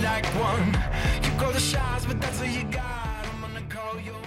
like one. You call the shots, but that's all you got. I'm gonna call your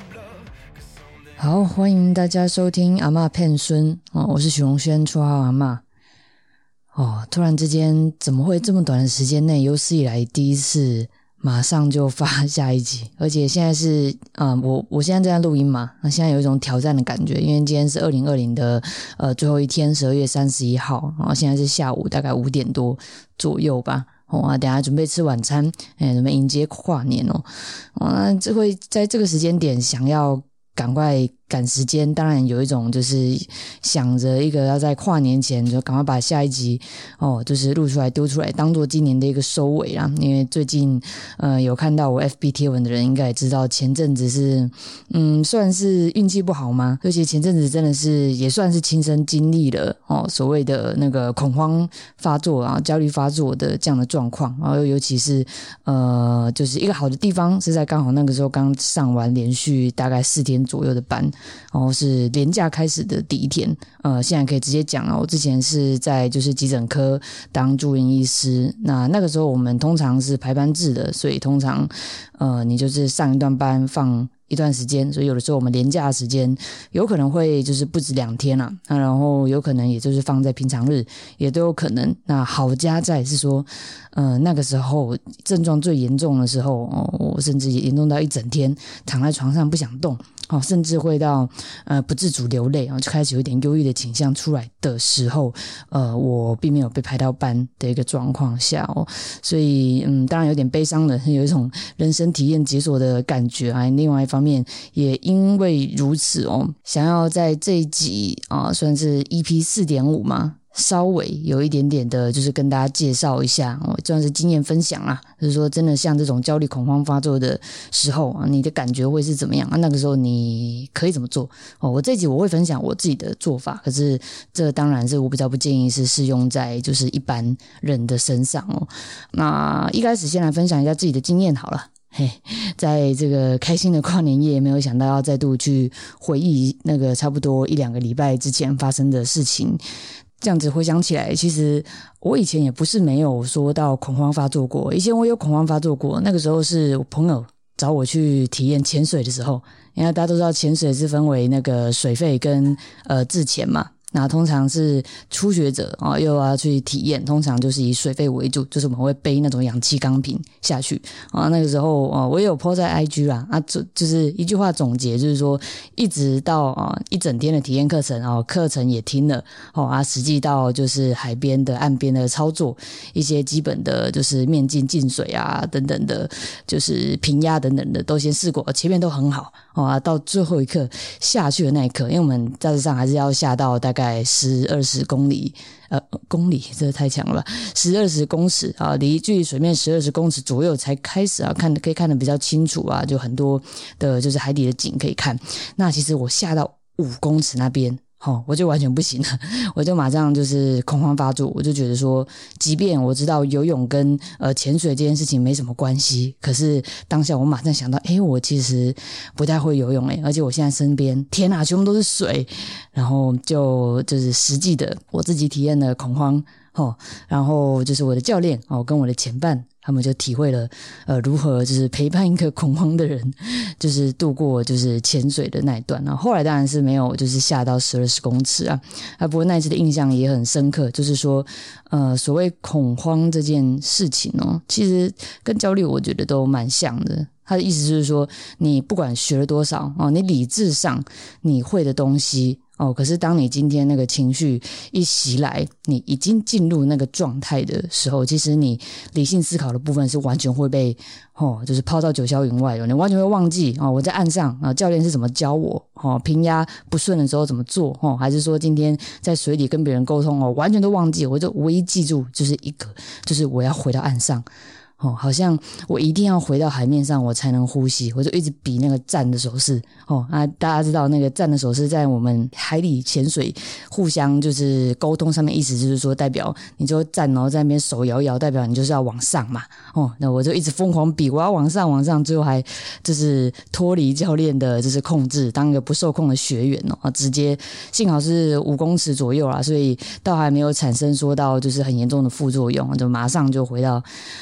bluff. 好，欢迎大家收听阿嬷骗孙我是许荣轩，绰号阿嬷。突然之间怎么会这么短的时间内有史以来第一次马上就发下一集，而且现在是我现在正在录音嘛，那现在有一种挑战的感觉，因为今天是2020的最后一天12月31号，然后现在是下午大概5点多左右吧。等一下准备吃晚餐，准备迎接跨年那这会在这个时间点想要赶快赶时间，当然有一种就是想着一个要在跨年前就赶快把下一集就是录出来丢出来当做今年的一个收尾啦。因为最近有看到我 FB 贴文的人应该也知道，前阵子是算是运气不好吗？而且前阵子真的是也算是亲身经历了所谓的那个恐慌发作焦虑发作的这样的状况，然后尤其是就是一个好的地方是在刚好那个时候刚上完连续大概4天左右的班，然后是连假开始的第一天。现在可以直接讲我之前是在就是急诊科当住院医师，那个时候我们通常是排班制的，所以通常你就是上一段班放一段时间，所以有的时候我们连假的时间有可能会就是不止2天然后有可能也就是放在平常日也都有可能。那好家在是说那个时候症状最严重的时候我甚至也严重到一整天躺在床上不想动甚至会到不自主流泪就开始有一点忧郁的倾向出来的时候我并没有被排到班的一个状况下所以当然有点悲伤的，有一种人生体验解锁的感觉另外一方面也因为如此想要在这一集算是 EP 4.5 嘛，稍微有一点点的就是跟大家介绍一下算是经验分享啦，就是说真的像这种焦虑恐慌发作的时候你的感觉会是怎么样那个时候你可以怎么做我这一集我会分享我自己的做法，可是这当然是我比较不建议是适用在就是一般人的身上那一开始先来分享一下自己的经验好了。在这个开心的跨年夜，没有想到要再度去回忆那个差不多1-2个礼拜之前发生的事情。这样子回想起来，其实我以前也不是没有说到恐慌发作过，以前我有恐慌发作过，那个时候是我朋友找我去体验潜水的时候，因为大家都知道潜水是分为那个水肺跟自潜嘛。那通常是初学者又要去体验，通常就是以水肺为主，就是我们会背那种氧气钢瓶下去那个时候我也有 po 在 IG 啦就是一句话总结，就是说一直到一整天的体验课程课程也听了实际到就是海边的岸边的操作，一些基本的就是面镜进水等等的，就是平压等等的都先试过，前面都很好到最后一刻下去的那一刻，因为我们大致上还是要下到大概10-20公里公里这太强了吧，10-20公尺离距离水面10-20公尺左右才开始可以看得比较清楚就很多的就是海底的景可以看。那其实我下到5公尺那边我就完全不行了，我就马上就是恐慌发作，我就觉得说即便我知道游泳跟潜水这件事情没什么关系，可是当下我马上想到我其实不太会游泳而且我现在身边天哪全部都是水，然后就是实际的我自己体验了恐慌然后就是我的教练跟我的前伴他们就体会了如何就是陪伴一个恐慌的人就是度过就是潜水的那一段后来当然是没有就是下到10-20公尺不过那一次的印象也很深刻，就是说所谓恐慌这件事情其实跟焦虑我觉得都蛮像的。他的意思就是说你不管学了多少你理智上你会的东西可是当你今天那个情绪一袭来，你已经进入那个状态的时候，其实你理性思考的部分是完全会被就是抛到九霄云外的，你完全会忘记我在岸上教练是怎么教我平压不顺的时候怎么做还是说今天在水里跟别人沟通完全都忘记，我就唯一记住就是一个，就是我要回到岸上好像我一定要回到海面上我才能呼吸，我就一直比那个站的手势大家知道那个站的手势在我们海里潜水互相就是沟通上面，意思就是说代表你就站然后在那边手摇一摇，代表你就是要往上嘛那我就一直疯狂比我要往上，最后还就是脱离教练的就是控制，当一个不受控的学员直接幸好是5公尺左右啦，所以倒还没有产生说到就是很严重的副作用，就马上就回到岸上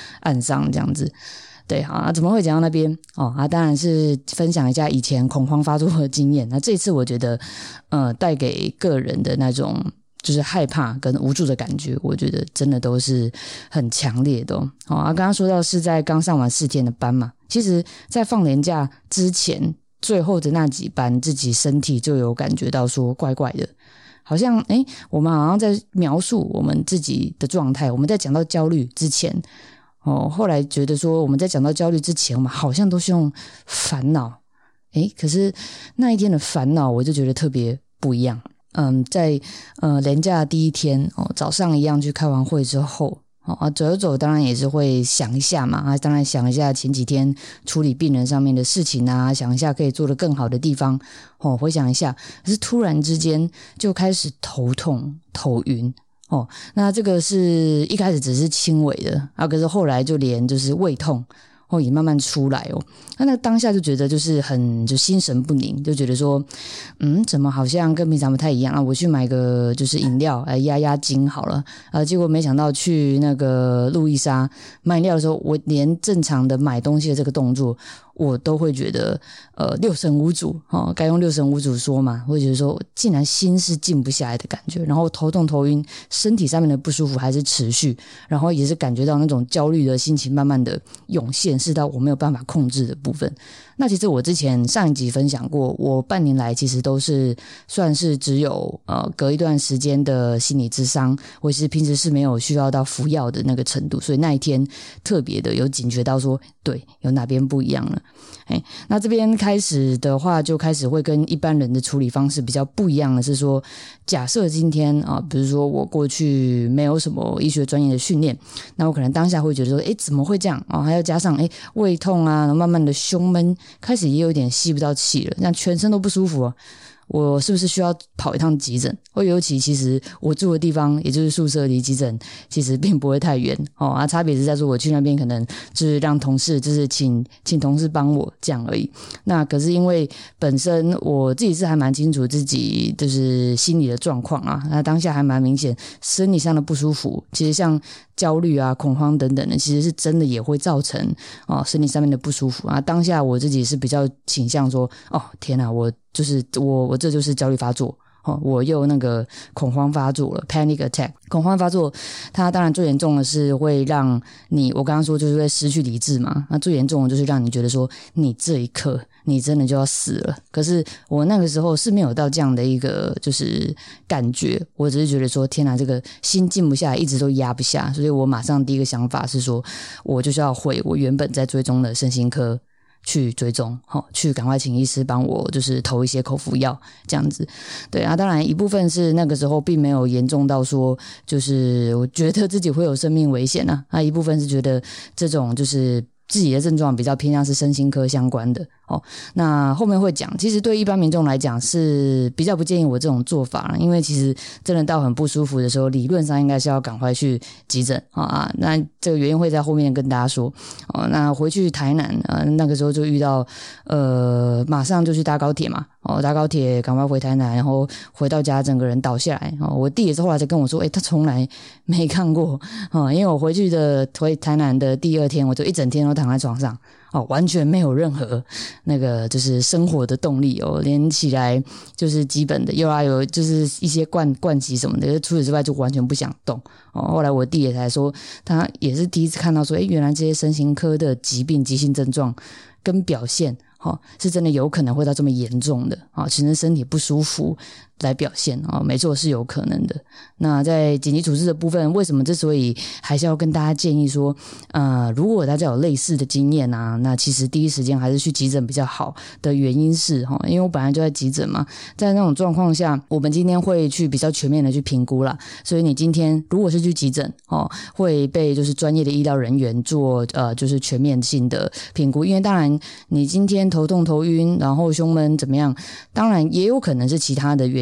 上这样子。对，好，怎么会讲到那边当然是分享一下以前恐慌发作的经验。那这次我觉得带给个人的那种就是害怕跟无助的感觉，我觉得真的都是很强烈的刚刚说到是在刚上完4天的班嘛，其实在放年假之前最后的那几班自己身体就有感觉到说怪怪的，好像我们好像在描述我们自己的状态，我们在讲到焦虑之前后来觉得说我们在讲到焦虑之前我们好像都是用烦恼可是那一天的烦恼我就觉得特别不一样。在连假第一天早上一样去开完会之后走一走当然也是会想一下嘛当然想一下前几天处理病人上面的事情啊，想一下可以做得更好的地方回想一下，可是突然之间就开始头痛头晕那这个是一开始只是轻微的可是后来就连就是胃痛也慢慢出来那当下就觉得就是就心神不宁，就觉得说怎么好像跟平常不太一样我去买个就是饮料压压惊好了结果没想到去那个路易莎买饮料的时候，我连正常的买东西的这个动作我都会觉得六神无主该用六神无主说嘛，会觉得说竟然心是静不下来的感觉，然后头痛头晕，身体上面的不舒服还是持续，然后也是感觉到那种焦虑的心情慢慢的涌现，是到我没有办法控制的部分。那其实我之前上一集分享过，我半年来其实都是算是只有隔一段时间的心理咨商，我其实平时是没有需要到服药的那个程度，所以那一天特别的有警觉到说对有哪边不一样了。那这边开始的话就开始会跟一般人的处理方式比较不一样的是说，假设今天比如说我过去没有什么医学专业的训练，那我可能当下会觉得说怎么会这样还要加上胃痛啊，然后慢慢的胸闷，开始也有点吸不到气了，那全身都不舒服我是不是需要跑一趟急诊？尤其其实我住的地方也就是宿舍离急诊其实并不会太远差别是在说我去那边可能就是让同事就是请同事帮我这样而已。那可是因为本身我自己是还蛮清楚自己就是心理的状况那当下还蛮明显生理上的不舒服，其实像焦虑啊恐慌等等的其实是真的也会造成身体上面的不舒服当下我自己是比较倾向说天哪，我这就是焦虑发作我又那个恐慌发作了 panic attack。 恐慌发作它当然最严重的是会让你，我刚刚说就是会失去理智嘛，那最严重的就是让你觉得说你这一刻你真的就要死了。可是我那个时候是没有到这样的一个就是感觉，我只是觉得说天哪，这个心静不下来，一直都压不下，所以我马上第一个想法是说我就是要回我原本在追踪的身心科去追踪去赶快请医师帮我就是投一些口服药这样子。对当然一部分是那个时候并没有严重到说就是我觉得自己会有生命危险一部分是觉得这种就是自己的症状比较偏向是身心科相关的那后面会讲，其实对一般民众来讲是比较不建议我这种做法，因为其实真的到很不舒服的时候，理论上应该是要赶快去急诊那这个原因会在后面跟大家说那回去台南那个时候就遇到马上就去搭高铁嘛搭高铁赶快回台南，然后回到家整个人倒下来我弟也是后来才跟我说他从来没看过因为我回台南的第二天我就一整天都躺在床上完全没有任何那个就是生活的动力连起来就是基本的有就是一些盥洗什么的，除此之外就完全不想动后来我弟也才说他也是第一次看到说原来这些身心科的疾病急性症状跟表现是真的有可能会到这么严重的其实身体不舒服来表现没错是有可能的。那在紧急处置的部分，为什么之所以还是要跟大家建议说如果大家有类似的经验那其实第一时间还是去急诊比较好的原因是因为我本来就在急诊嘛，在那种状况下我们今天会去比较全面的去评估啦，所以你今天如果是去急诊会被就是专业的医疗人员做就是全面性的评估，因为当然你今天头痛头晕然后胸闷怎么样，当然也有可能是其他的原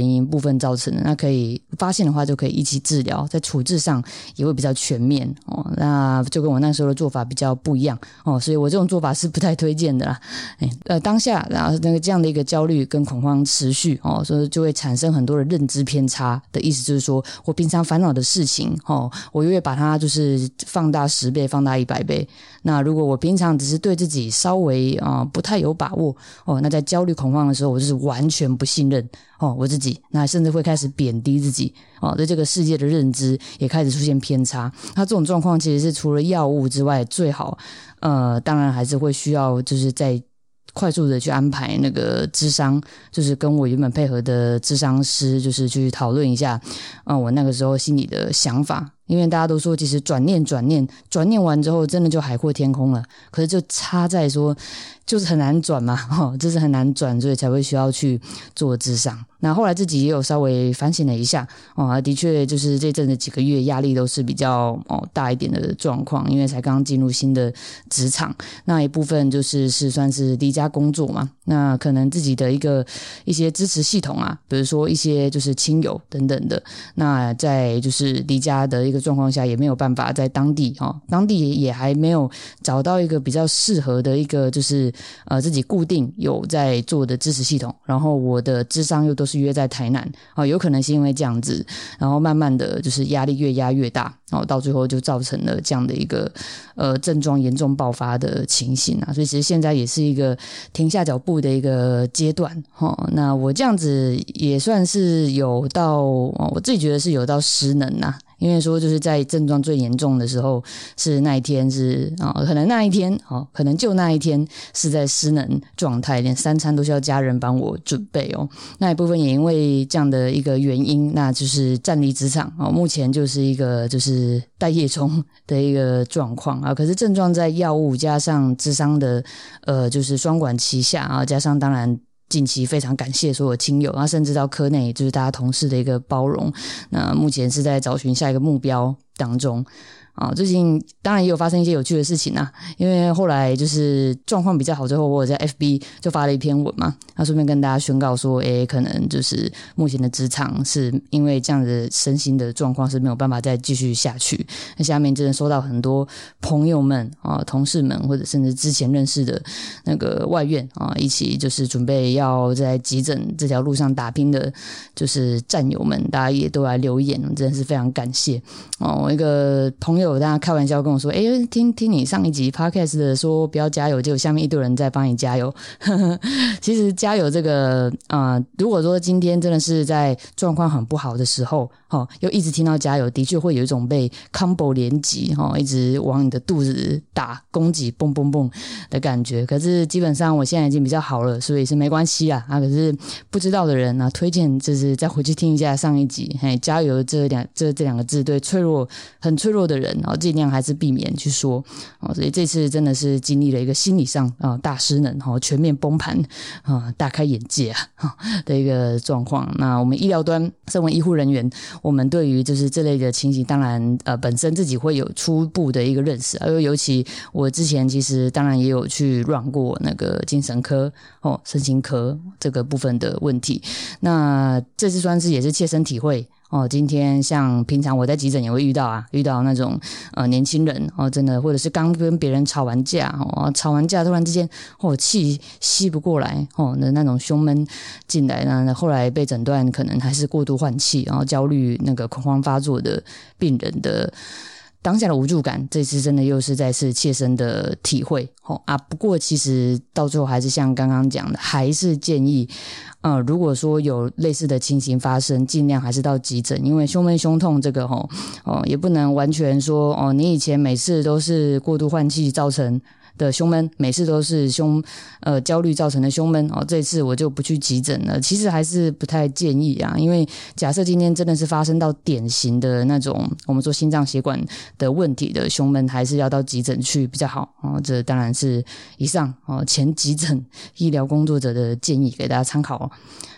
因部分造成的，那可以发现的话就可以一起治疗，在处置上也会比较全面那就跟我那时候的做法比较不一样所以我这种做法是不太推荐的啦。当下然后那个这样的一个焦虑跟恐慌持续所以就会产生很多的认知偏差的意思，就是说我平常烦恼的事情我又会把它就是放大10倍放大100倍。那如果我平常只是对自己稍微不太有把握那在焦虑恐慌的时候我就是完全不信任我自己，那甚至会开始贬低自己对这个世界的认知也开始出现偏差。那这种状况其实是除了药物之外最好当然还是会需要就是在快速的去安排那个諮商，就是跟我原本配合的諮商师就是去讨论一下我那个时候心里的想法。因为大家都说其实转念完之后真的就海阔天空了，可是就差在说就是很难转嘛就是很难转，所以才会需要去做諮商。那后来自己也有稍微反省了一下的确就是这阵子几个月压力都是比较大一点的状况，因为才刚刚进入新的职场，那一部分就是算是离家工作嘛，那可能自己的一些支持系统比如说一些就是亲友等等的，那在就是离家的一个状况下也没有办法在当地也还没有找到一个比较适合的一个就是自己固定有在做的支持系统，然后我的諮商又都是约在台南有可能是因为这样子，然后慢慢的就是压力越压越大到最后就造成了这样的一个症状严重爆发的情形所以其实现在也是一个停下脚步的一个阶段那我这样子也算是有到我自己觉得是有到失能因为说就是在症状最严重的时候是那一天是可能那一天可能就那一天是在失能状态，连3餐都需要家人帮我准备那一部分也因为这样的一个原因，那就是暂离职场目前就是一个就是待业中的一个状况可是症状在药物加上諮商的就是双管齐下加上当然近期非常感谢所有亲友甚至到科内就是大家同事的一个包容，那目前是在找寻下一个目标当中最近当然也有发生一些有趣的事情因为后来就是状况比较好之后，我有在 FB 就发了一篇文嘛，顺便跟大家宣告说可能就是目前的职场是因为这样的身心的状况是没有办法再继续下去。那下面真的收到很多朋友们同事们或者甚至之前认识的那个外院一起就是准备要在急诊这条路上打拼的就是战友们，大家也都来留言，真的是非常感谢我一个朋友大家开玩笑跟我说听你上一集 podcast 的说不要加油，结果下面一堆人在帮你加油其实加油这个如果说今天真的是在状况很不好的时候又一直听到加油，的确会有一种被 combo 连击一直往你的肚子打攻击蹦蹦蹦的感觉。可是基本上我现在已经比较好了，所以是没关系可是不知道的人推荐就是再回去听一下上一集加油这两个字对很脆弱的人尽量还是避免去说所以这次真的是经历了一个心理上大失能全面崩盘大开眼界的一个状况。那我们医疗端身为医护人员，我们对于就是这类的情形当然本身自己会有初步的一个认识尤其我之前其实当然也有去 run 过那个精神科身心科这个部分的问题，那这次算是也是切身体会今天像平常我在急诊也会遇到那种年轻人真的或者是刚跟别人吵完架突然之间气吸不过来那种胸闷进来，那后来被诊断可能还是过度换气焦虑那个恐慌发作的病人的当下的无助感，这次真的又是再次切身的体会不过其实到最后还是像刚刚讲的，还是建议如果说有类似的情形发生，尽量还是到急诊，因为胸闷胸痛这个也不能完全说你以前每次都是过度换气造成的胸闷，每次都是焦虑造成的胸闷这次我就不去急诊了。其实还是不太建议因为假设今天真的是发生到典型的那种我们说心脏血管的问题的胸闷，还是要到急诊去比较好这当然是以上前急诊医疗工作者的建议给大家参考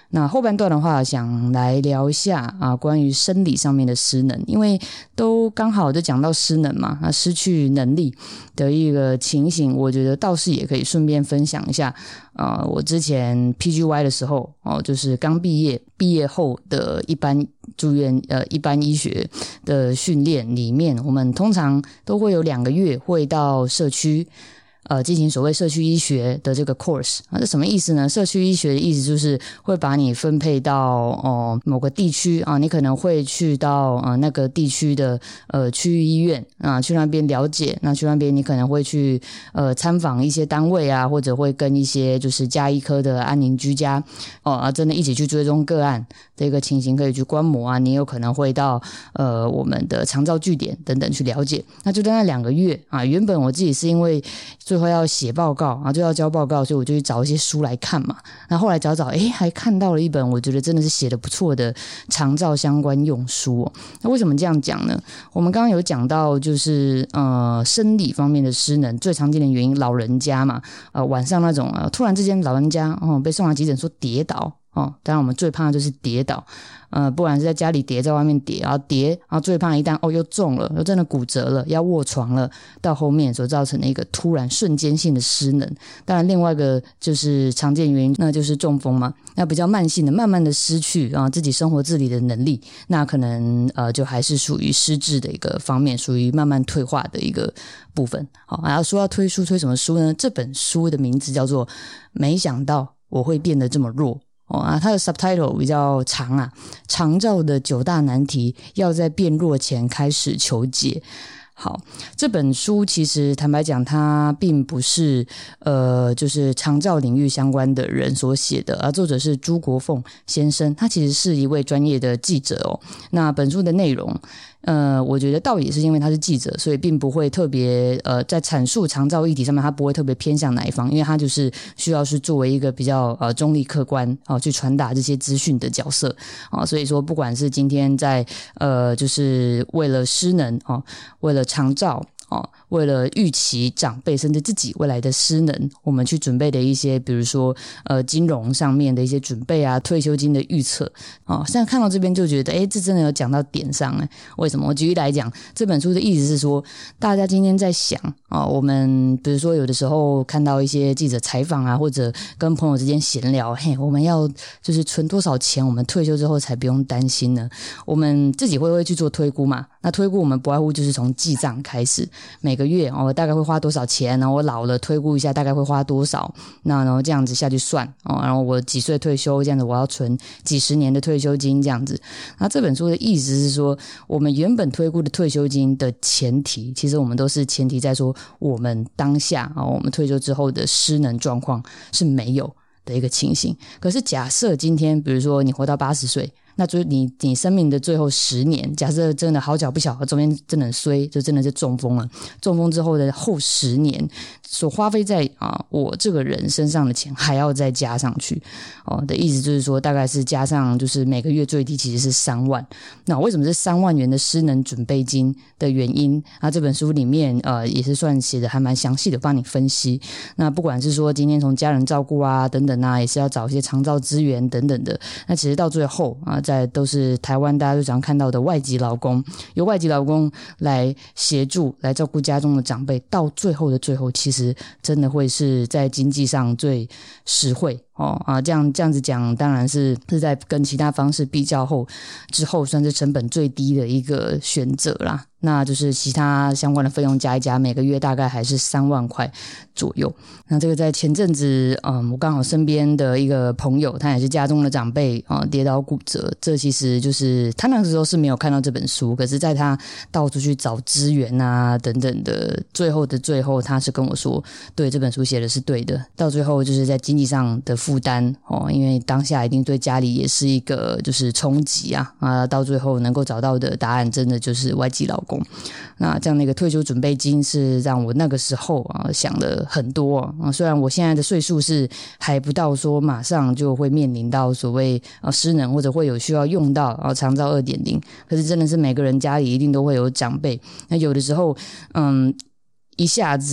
那后半段的话，想来聊一下关于生理上面的失能，因为都刚好就讲到失能嘛，失去能力的一个情形，我觉得倒是也可以顺便分享一下。我之前 PGY 的时候，就是刚毕业后的一般住院一般医学的训练里面，我们通常都会有2个月会到社区。进行所谓社区医学的这个 course 这什么意思呢？社区医学的意思就是会把你分配到某个地区你可能会去到那个地区的区域医院去那边了解，那去那边你可能会去参访一些单位或者会跟一些就是家医科的安宁居家真的一起去追踪个案的一个情形，可以去观摩你有可能会到我们的长照据点等等去了解。那就在那2个月原本我自己是因为最后要写报告就要交报告，所以我就去找一些书来看嘛。那后来找还看到了一本我觉得真的是写得不错的长照相关用书那为什么这样讲呢？我们刚刚有讲到就是生理方面的失能最常见的原因，老人家嘛晚上那种突然之间老人家被送来急诊说跌倒当然我们最怕的就是跌倒不管是在家里跌，在外面跌，然后最怕一旦又中了，又真的骨折了，要卧床了，到后面所造成的一个突然瞬间性的失能。当然另外一个就是常见原因，那就是中风嘛。那比较慢性的慢慢的失去自己生活自理的能力，那可能就还是属于失智的一个方面，属于慢慢退化的一个部分。好，然后说要推书，推什么书呢？这本书的名字叫做没想到我会变得这么弱它的 subtitle 比较长长照的9大难题，要在变弱前开始求解。好，这本书其实坦白讲，它并不是就是长照领域相关的人所写的作者是朱国凤先生，他其实是一位专业的记者那本书的内容我觉得倒也是因为他是记者，所以并不会特别在阐述长照议题上面，他不会特别偏向哪一方，因为他就是需要是作为一个比较中立客观去传达这些资讯的角色所以说不管是今天在就是为了失能为了长照为了预期长辈甚至自己未来的失能，我们去准备的一些比如说金融上面的一些准备退休金的预测现在看到这边就觉得这真的有讲到点上为什么？我举例来讲，这本书的意思是说，大家今天在想我们比如说有的时候看到一些记者采访或者跟朋友之间闲聊我们要就是存多少钱我们退休之后才不用担心呢？我们自己会去做推估嘛，那推估我们不外乎就是从记账开始，每个月我大概会花多少钱，然后我老了推估一下大概会花多少，那然后这样子下去算然后我几岁退休，这样子我要存几十年的退休金这样子。那这本书的意思是说，我们原本推估的退休金的前提，其实我们都是前提在说我们当下我们退休之后的失能状况是没有的一个情形。可是假设今天比如说你活到80岁，那就是你生命的最后10年，假设真的好巧不巧中间真的很衰，就真的是中风了，中风之后的后10年所花费在我这个人身上的钱还要再加上去的意思就是说大概是加上就是每个月最低其实是3万。那为什么是3万元的失能准备金的原因这本书里面也是算写的还蛮详细的帮你分析。那不管是说今天从家人照顾等等也是要找一些长照资源等等的，那其实到最后在都是台湾大家都常看到的外籍劳工，由外籍劳工来协助来照顾家中的长辈，到最后的最后其实真的会是在经济上最实惠这样子讲当然是在跟其他方式比较之后算是成本最低的一个选择啦。那就是其他相关的费用加一加，每个月大概还是3万块左右。那这个在前阵子我刚好身边的一个朋友，他也是家中的长辈跌倒骨折，这其实就是他那个时候是没有看到这本书，可是在他到处去找资源等等的最后的最后，他是跟我说对，这本书写的是对的。到最后就是在经济上的负担因为当下一定对家里也是一个就是冲击到最后能够找到的答案真的就是外籍劳工。那这样的一个退休准备金是让我那个时候想了很多虽然我现在的岁数是还不到说马上就会面临到所谓失能或者会有需要用到长照 2.0， 可是真的是每个人家里一定都会有长辈，那有的时候一下子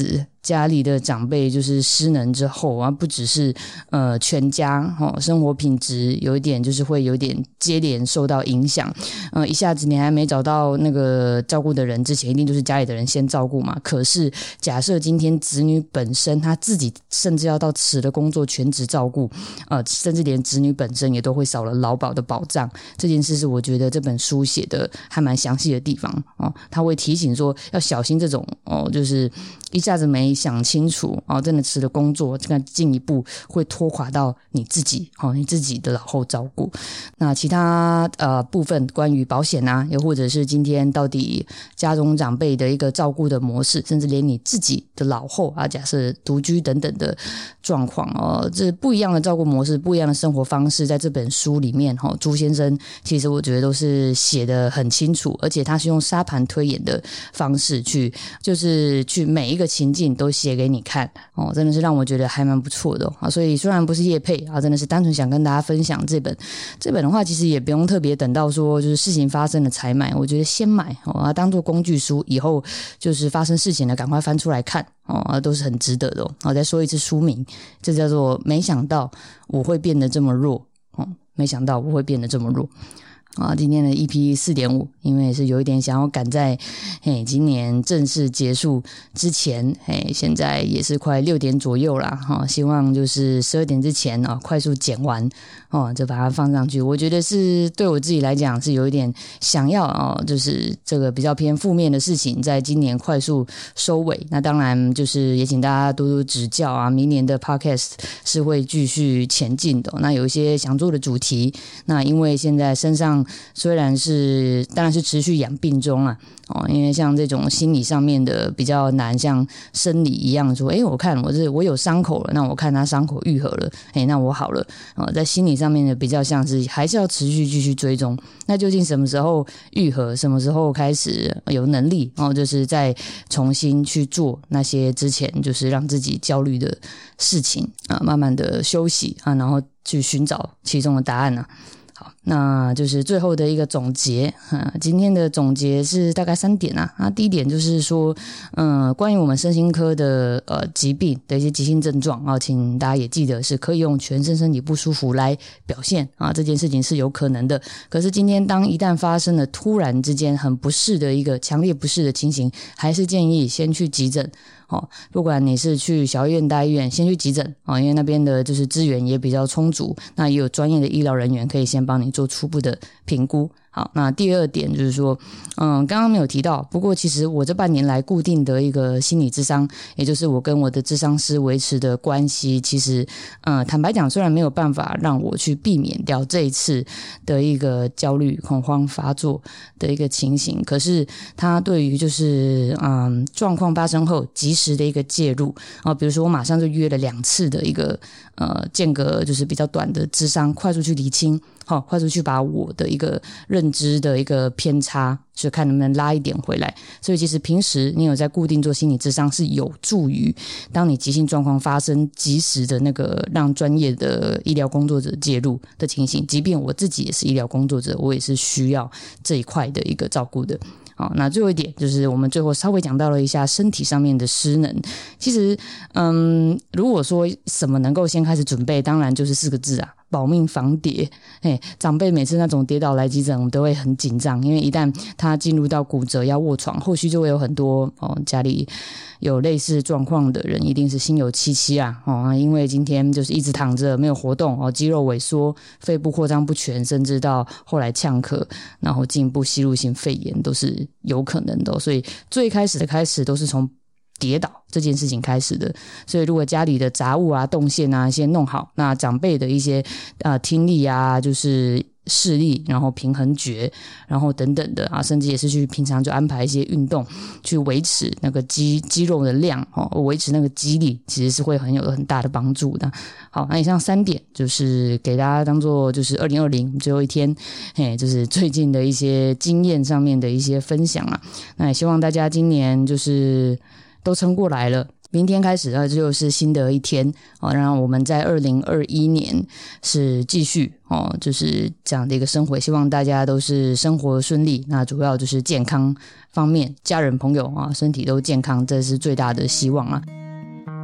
家里的长辈就是失能之后啊，不只是全家生活品质有一点就是会有点接连受到影响。一下子你还没找到那个照顾的人之前，一定就是家里的人先照顾嘛。可是假设今天子女本身他自己甚至要到辞了工作全职照顾，甚至连子女本身也都会少了劳保的保障。这件事是我觉得这本书写的还蛮详细的地方他会提醒说要小心这种就是一下子没想清楚真的辞了工作，这个进一步会拖垮到你自己你自己的老后照顾。那其他部分关于保险啊，又或者是今天到底家中长辈的一个照顾的模式，甚至连你自己的老后假设独居等等的状况这不一样的照顾模式，不一样的生活方式，在这本书里面朱先生其实我觉得都是写得很清楚，而且他是用沙盘推演的方式就是去每一个情境都写给你看真的是让我觉得还蛮不错的所以虽然不是业配真的是单纯想跟大家分享这本的话，其实也不用特别等到说就是事情发生了才买，我觉得先买当做工具书，以后就是发生事情了赶快翻出来看都是很值得的再说一次书名，这叫做没想到我会变得这么弱没想到我会变得这么弱今天的 EP 4.5 因为是有一点想要赶在今年正式结束之前现在也是快6点左右啦希望就是12点之前快速剪完就把它放上去。我觉得是对我自己来讲是有一点想要就是这个比较偏负面的事情在今年快速收尾。那当然就是也请大家多多指教明年的 Podcast 是会继续前进的那有一些想做的主题，那因为现在身上虽然是当然是持续养病中因为像这种心理上面的比较难像生理一样说我看我有伤口了，那我看他伤口愈合了那我好了在心理上面的比较像是还是要持续继续追踪，那究竟什么时候愈合，什么时候开始有能力就是再重新去做那些之前就是让自己焦虑的事情慢慢的休息然后去寻找其中的答案好，那就是最后的一个总结今天的总结是大概3点第一点就是说关于我们身心科的疾病的一些急性症状请大家也记得是可以用全身体不舒服来表现这件事情是有可能的。可是今天当一旦发生了突然之间很不适的一个强烈不适的情形，还是建议先去急诊不管你是去小医院大医院先去急诊因为那边的就是资源也比较充足，那也有专业的医疗人员可以先帮你做初步的评估。好，那第二点就是说刚刚没有提到，不过其实我这半年来固定的一个心理咨商，也就是我跟我的咨商师维持的关系，其实坦白讲虽然没有办法让我去避免掉这一次的一个焦虑恐慌发作的一个情形，可是它对于就是状况发生后及时的一个介入比如说我马上就约了2次的一个间隔就是比较短的咨商，快速去厘清快速去把我的一个认知的一个偏差就看能不能拉一点回来。所以其实平时你有在固定做心理咨商是有助于当你急性状况发生及时的那个让专业的医疗工作者介入的情形，即便我自己也是医疗工作者，我也是需要这一块的一个照顾的。好，那最后一点就是我们最后稍微讲到了一下身体上面的失能。其实如果说什么能够先开始准备，当然就是4个字保命防跌。长辈每次那种跌倒来急诊我们都会很紧张，因为一旦他进入到骨折要卧床，后续就会有很多家里有类似状况的人一定是心有戚戚因为今天就是一直躺着没有活动肌肉萎缩，肺部扩张不全，甚至到后来呛咳，然后进一步吸入性肺炎都是有可能的所以最开始都是从跌倒这件事情开始的。所以如果家里的杂物动线先弄好，那长辈的一些听力就是视力，然后平衡觉，然后等等的甚至也是去平常就安排一些运动去维持那个肌肉的量维持那个肌力，其实是会有很大的帮助的。好，那以上3点就是给大家当做就是2020最后一天就是最近的一些经验上面的一些分享那也希望大家今年就是都撑过来了，明天开始就是新的一天然后我们在2021年是继续就是这样的一个生活，希望大家都是生活顺利，那主要就是健康方面，家人朋友身体都健康，这是最大的希望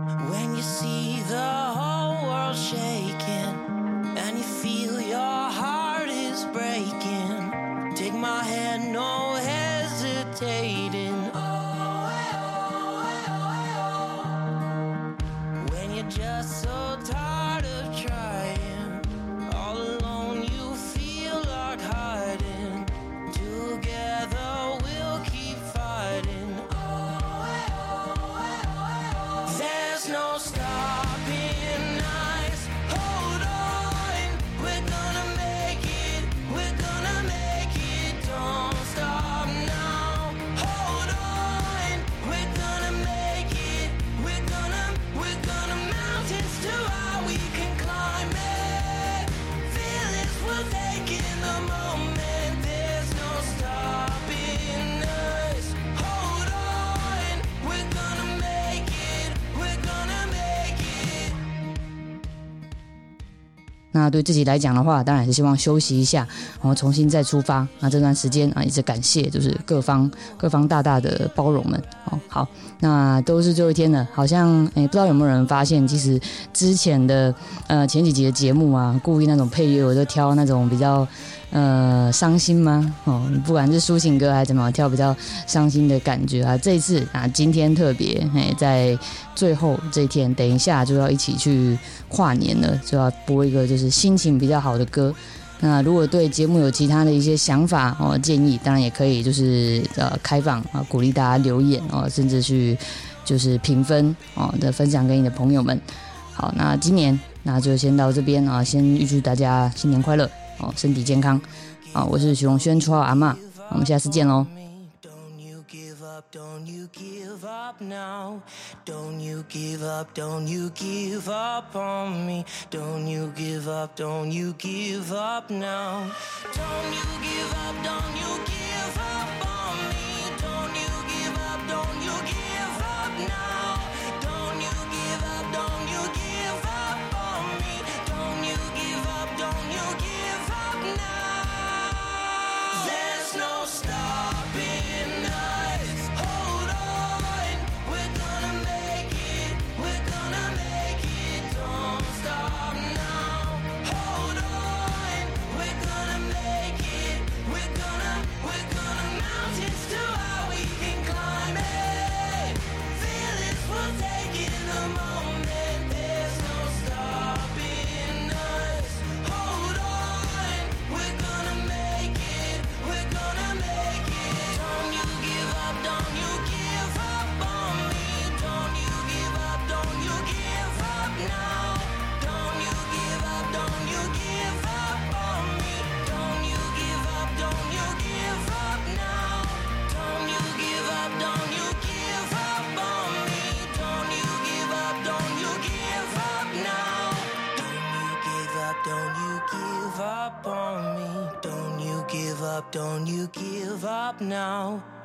When you see the whole world shaking and you feel your heart is breaking, take my hand, no hesitating. When you're just so tired of trying, all alone you feel like hiding, together we'll keep fighting. There's no stopping us. Hold on, we're gonna make it. We're gonna make it. Don't stop now. Hold on, we're gonna make it. We're gonna mountains too high we can climb it. Fearless, we're taking the moment. There's no stopping us. Hold on, we're gonna make it. We're gonna make it. 那对自己来讲的话，当然是希望休息一下，然后重新再出发。那这段时间啊，也是感谢就是各方大大的包容们。哦，好，那都是最后一天了，好像不知道有没有人发现，其实之前的前几集的节目啊，故意那种配乐，我就挑那种比较伤心吗？哦，不管是抒情歌还是怎么挑比较伤心的感觉啊。这一次啊，今天特别在最后这一天，等一下就要一起去跨年了，就要播一个就是心情比较好的歌。那如果对节目有其他的一些想法建议，当然也可以就是开放啊，鼓励大家留言甚至去就是评分的分享给你的朋友们。好，那今年那就先到这边啊，先预祝大家新年快乐身体健康啊！我是许荣轩，绰号阿嬷，我们下次见喽。 Don't you give up now. Don't you give up, don't you give up on me. Don't you give up, don't you give up now. Don't you give up, don't you give up on me. Don't you give up, don't you give up now. Don't you give up, don't you give up on me. Don't you give up, don't you give up now. There's no stopping us. Hold on, we're gonna make it. We're gonna make it. Don't stop now. Hold on, we're gonna make it. We're gonna mountains too high we can climb it. Fearless, we're taking the moment. There's no stopping us. Hold on, we're gonna make it. We're gonna make it. Don't you give up, don't you give up on me. Don't you give up, don't you give up now. Don't you give up, don't you give up on me. Don't you give up, don't you give up now. Don't you give up, don't you give up on me. Don't you give up, don't you give up now. Don't you give up, don't you give up on me. Don't you give up, don't you give up now.